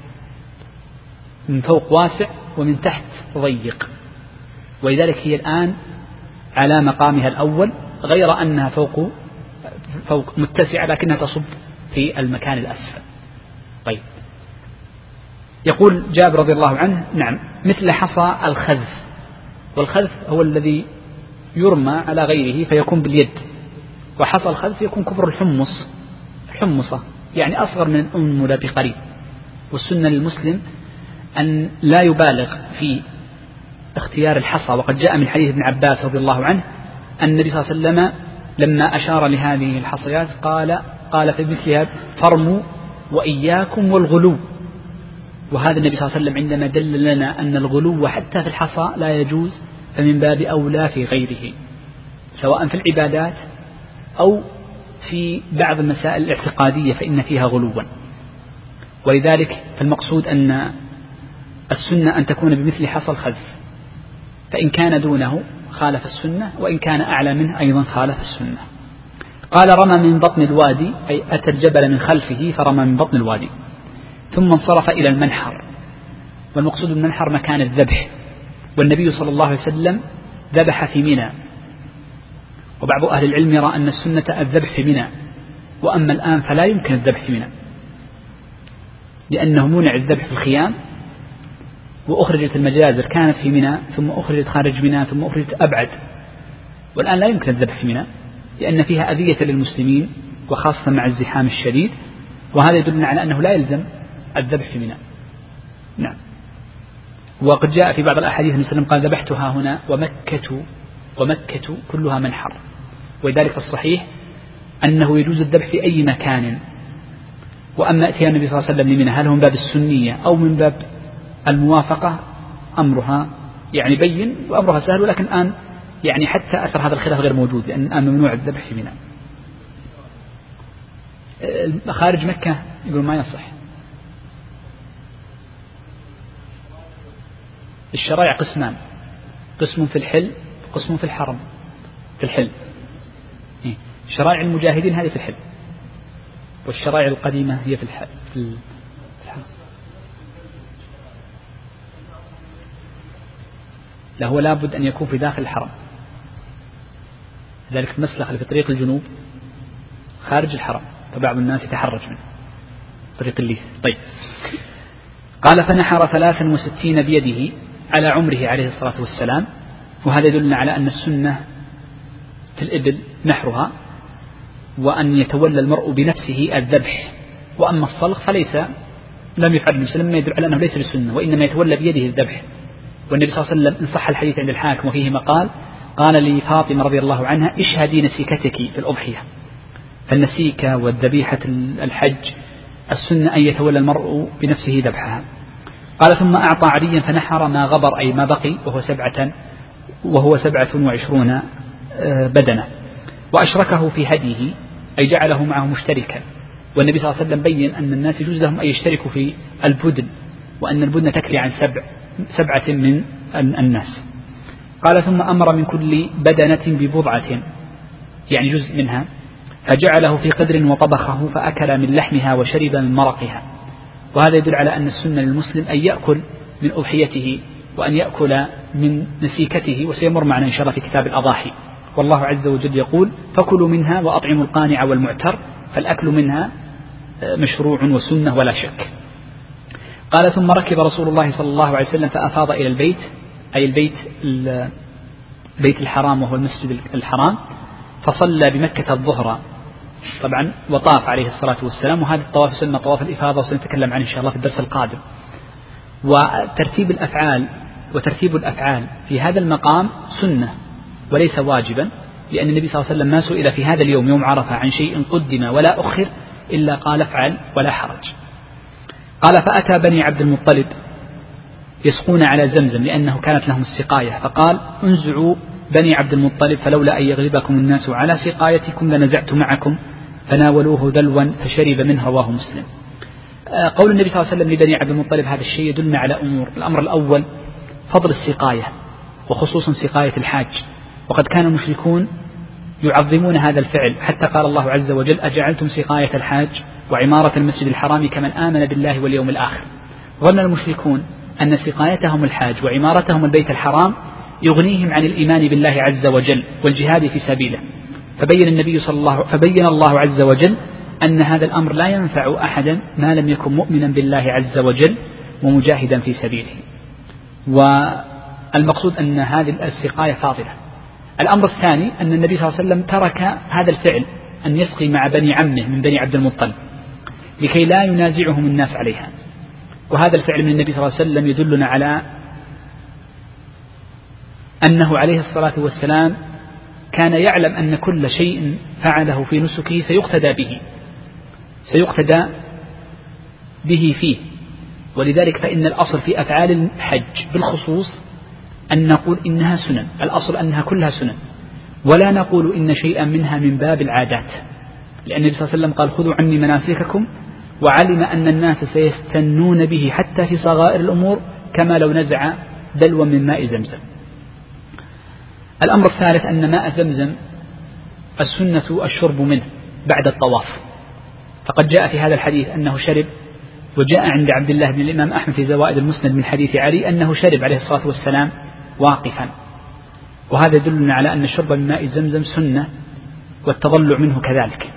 من فوق واسع ومن تحت ضيق، ولذلك هي الآن على مقامها الأول، غير أنها فوق فوق متسعة لكنها تصب في المكان الأسفل. طيب، يقول جابر رضي الله عنه: نعم، مثل حصى الخذف، والخذف هو الذي يرمى على غيره فيكون باليد، وحصى الخذف يكون كبر الحمص، الحمصة يعني أصغر من الأنملة بقريب. والسنة للمسلم أن لا يبالغ في اختيار الحصى، وقد جاء من حديث ابن عباس رضي الله عنه أن النبي صلى الله عليه وسلم لما أشار لهذه الحصيات قال قال في مثلها: فرموا وإياكم والغلو. وهذا النبي صلى الله عليه وسلم عندما دل لنا أن الغلو حتى في الحصى لا يجوز، فمن باب أولى في غيره، سواء في العبادات أو في بعض المسائل الاعتقادية فإن فيها غلوا. ولذلك فالمقصود أن السنة أن تكون بمثل حصى الخذف، فإن كان دونه خالف السنة، وإن كان أعلى منه أيضا خالف السنة. قال: رمى من بطن الوادي، أي أتى الجبل من خلفه فرمى من بطن الوادي، ثم انصرف إلى المنحر. والمقصود بالمنحر مكان الذبح، والنبي صلى الله عليه وسلم ذبح في منى، وبعض أهل العلم يرى أن السنة الذبح في منى، وأما الآن فلا يمكن الذبح في منى، لأنه منع الذبح في الخيام، وأخرجت المجازر كانت في منى ثم أخرجت خارج منى ثم أخرجت أبعد، والآن لا يمكن الذبح في منى لأن فيها أذية للمسلمين وخاصة مع الزحام الشديد، وهذا يدلنا على أنه لا يلزم الذبح في منى. نعم. وقد جاء في بعض الأحاديث النبي صلى الله عليه وسلم قال: ذبحتها هنا ومكة ومكة كلها منحر. ولذلك في الصحيح أنه يجوز الذبح في أي مكان. وأما أتي النبي صلى الله عليه وسلم لمنى هل هو من باب السنية أو من باب الموافقة، أمرها يعني بين وأمرها سهل، ولكن الآن يعني حتى أثر هذا الخلاف غير موجود، لأن الآن ممنوع الذبح في منى. خارج مكة يقول ما يصح. الشرائع قسمان: قسم في الحل وقسم في الحرم. في الحل شرائع المجاهدين هذه في الحل، والشرائع القديمة هي في الحل. لا، هو لابد أن يكون في داخل الحرم، ذلك المسلخ اللي في طريق الجنوب خارج الحرم، فبعض الناس يتحرج منه طريق الليث. طيب، قال: فنحر ثلاثا وستين بيده على عمره عليه الصلاة والسلام. وهذا يدلنا على أن السنة في الإبل نحرها، وأن يتولى المرء بنفسه الذبح. وأما الصلخ فليس لم يفعل النبي صلى الله عليه وسلم، يدل على أنه ليس بالسنة، وإنما يتولى بيده الذبح. والنبي صلى الله عليه وسلم إن صح الحديث عند الحاكم وفيه مقال قال لفاطمة رضي الله عنها: اشهدي نسيكتك في الأضحية. فالنسيكة والذبيحة الحج السنة أن يتولى المرء بنفسه ذبحها. قال: ثم أعطى عليا فنحر ما غبر، أي ما بقي، وهو سبعة وهو سبعة وعشرون بدنة، وأشركه في هديه، أي جعله معه مشتركا. والنبي صلى الله عليه وسلم بين أن الناس يجوز لهم أن يشتركوا في البدن، وأن البدن تكفي عن سبع سبعة من الناس. قال: ثم أمر من كل بدنة ببضعة، يعني جزء منها، فجعله في قدر وطبخه فأكل من لحمها وشرب من مرقها. وهذا يدل على أن السنة للمسلم أن يأكل من أضحيته وأن يأكل من نسيكته، وسيمر معنا إن شاء الله في كتاب الأضاحي. والله عز وجل يقول: فكلوا منها وأطعموا القانع والمعتر. فالأكل منها مشروع وسنة ولا شك. قال: ثم ركب رسول الله صلى الله عليه وسلم فأفاض إلى البيت، أي البيت البيت الحرام وهو المسجد الحرام، فصلى بمكة الظهر طبعا، وطاف عليه الصلاة والسلام. وهذا الطواف يسمى طواف الإفاضة، وسنتكلم عنه إن شاء الله في الدرس القادم. وترتيب الأفعال وترتيب الأفعال في هذا المقام سنة وليس واجبا، لأن النبي صلى الله عليه وسلم ما سئل في هذا اليوم يوم عرفة عن شيء قدم ولا أخر إلا قال: افعل ولا حرج. قال: فأتى بني عبد المطلب يسقون على زمزم لأنه كانت لهم السقاية، فقال انزعوا بني عبد المطلب فلولا أن يغلبكم الناس على سقايتكم لنزعت معكم، فناولوه دلوا فشرب منه، رواه مسلم. قول النبي صلى الله عليه وسلم لبني عبد المطلب هذا الشيء يدلنا على أمور. الأمر الأول فضل السقاية، وخصوصا سقاية الحاج، وقد كان المشركون يعظمون هذا الفعل، حتى قال الله عز وجل أجعلتم سقاية الحاج وعمارة المسجد الحرام كمن آمن بالله واليوم الآخر. ظن المشركون أن سقايتهم الحاج وعمارتهم البيت الحرام يغنيهم عن الإيمان بالله عز وجل والجهاد في سبيله، فبين النبي صلى الله فبين الله عز وجل أن هذا الأمر لا ينفع أحدا ما لم يكن مؤمنا بالله عز وجل ومجاهدا في سبيله. والمقصود أن هذه السقاية فاضلة. الأمر الثاني أن النبي صلى الله عليه وسلم ترك هذا الفعل أن يسقي مع بني عمه من بني عبد المطلب لكي لا ينازعهم الناس عليها، وهذا الفعل من النبي صلى الله عليه وسلم يدلنا على أنه عليه الصلاة والسلام كان يعلم أن كل شيء فعله في نسكه سيقتدى به سيقتدى به فيه، ولذلك فإن الأصل في أفعال الحج بالخصوص أن نقول إنها سنن، الأصل أنها كلها سنن، ولا نقول إن شيئا منها من باب العادات، لأن النبي صلى الله عليه وسلم قال خذوا عني مناسككم، وعلم أن الناس سيستنون به حتى في صغائر الأمور كما لو نزع دلوا من ماء زمزم. الأمر الثالث أن ماء زمزم السنة الشرب منه بعد الطواف، فقد جاء في هذا الحديث أنه شرب، وجاء عند عبد الله بن الإمام أحمد في زوائد المسند من حديث علي أنه شرب عليه الصلاة والسلام واقفا، وهذا يدلنا على أن الشرب من ماء زمزم سنة والتضلع منه كذلك.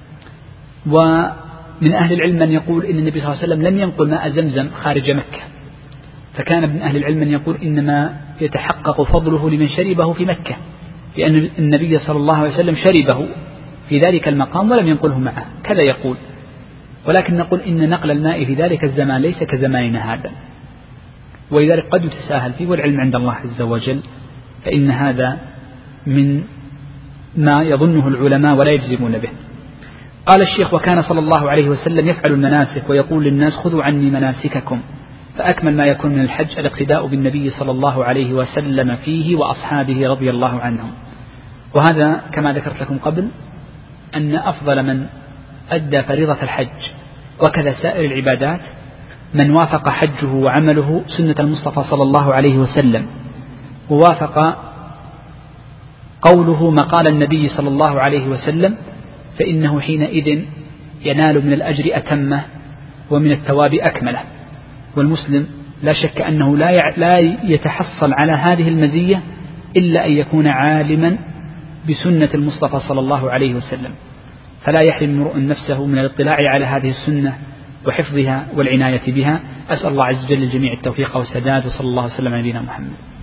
ومن أهل العلم من يقول إن النبي صلى الله عليه وسلم لم ينقل ماء زمزم خارج مكة، فكان من أهل العلم من يقول إنما يتحقق فضله لمن شربه في مكة، لأن النبي صلى الله عليه وسلم شربه في ذلك المقام ولم ينقله معه، كذا يقول. ولكن نقول إن نقل الماء في ذلك الزمان ليس كزماننا هذا، ولذلك قد يتساهل فيه، والعلم عند الله عز وجل، فإن هذا من ما يظنه العلماء ولا يجزمون به. قال الشيخ وكان صلى الله عليه وسلم يفعل المناسك ويقول للناس خذوا عني مناسككم، فأكمل ما يكون من الحج الاقتداء بالنبي صلى الله عليه وسلم فيه وأصحابه رضي الله عنهم. وهذا كما ذكرت لكم قبل أن أفضل من أدى فريضة الحج وكذا سائر العبادات من وافق حجه وعمله سنة المصطفى صلى الله عليه وسلم، ووافق قوله ما قال النبي صلى الله عليه وسلم، فإنه حينئذ ينال من الأجر أتمه ومن الثواب أكمله. والمسلم لا شك أنه لا يتحصل على هذه المزية إلا أن يكون عالما بسنة المصطفى صلى الله عليه وسلم، فلا يحرم امرؤ نفسه من الاطلاع على هذه السنة وحفظها والعناية بها. أسأل الله عز وجل للجميع التوفيق والسداد، وصلى الله وسلم على نبينا محمد.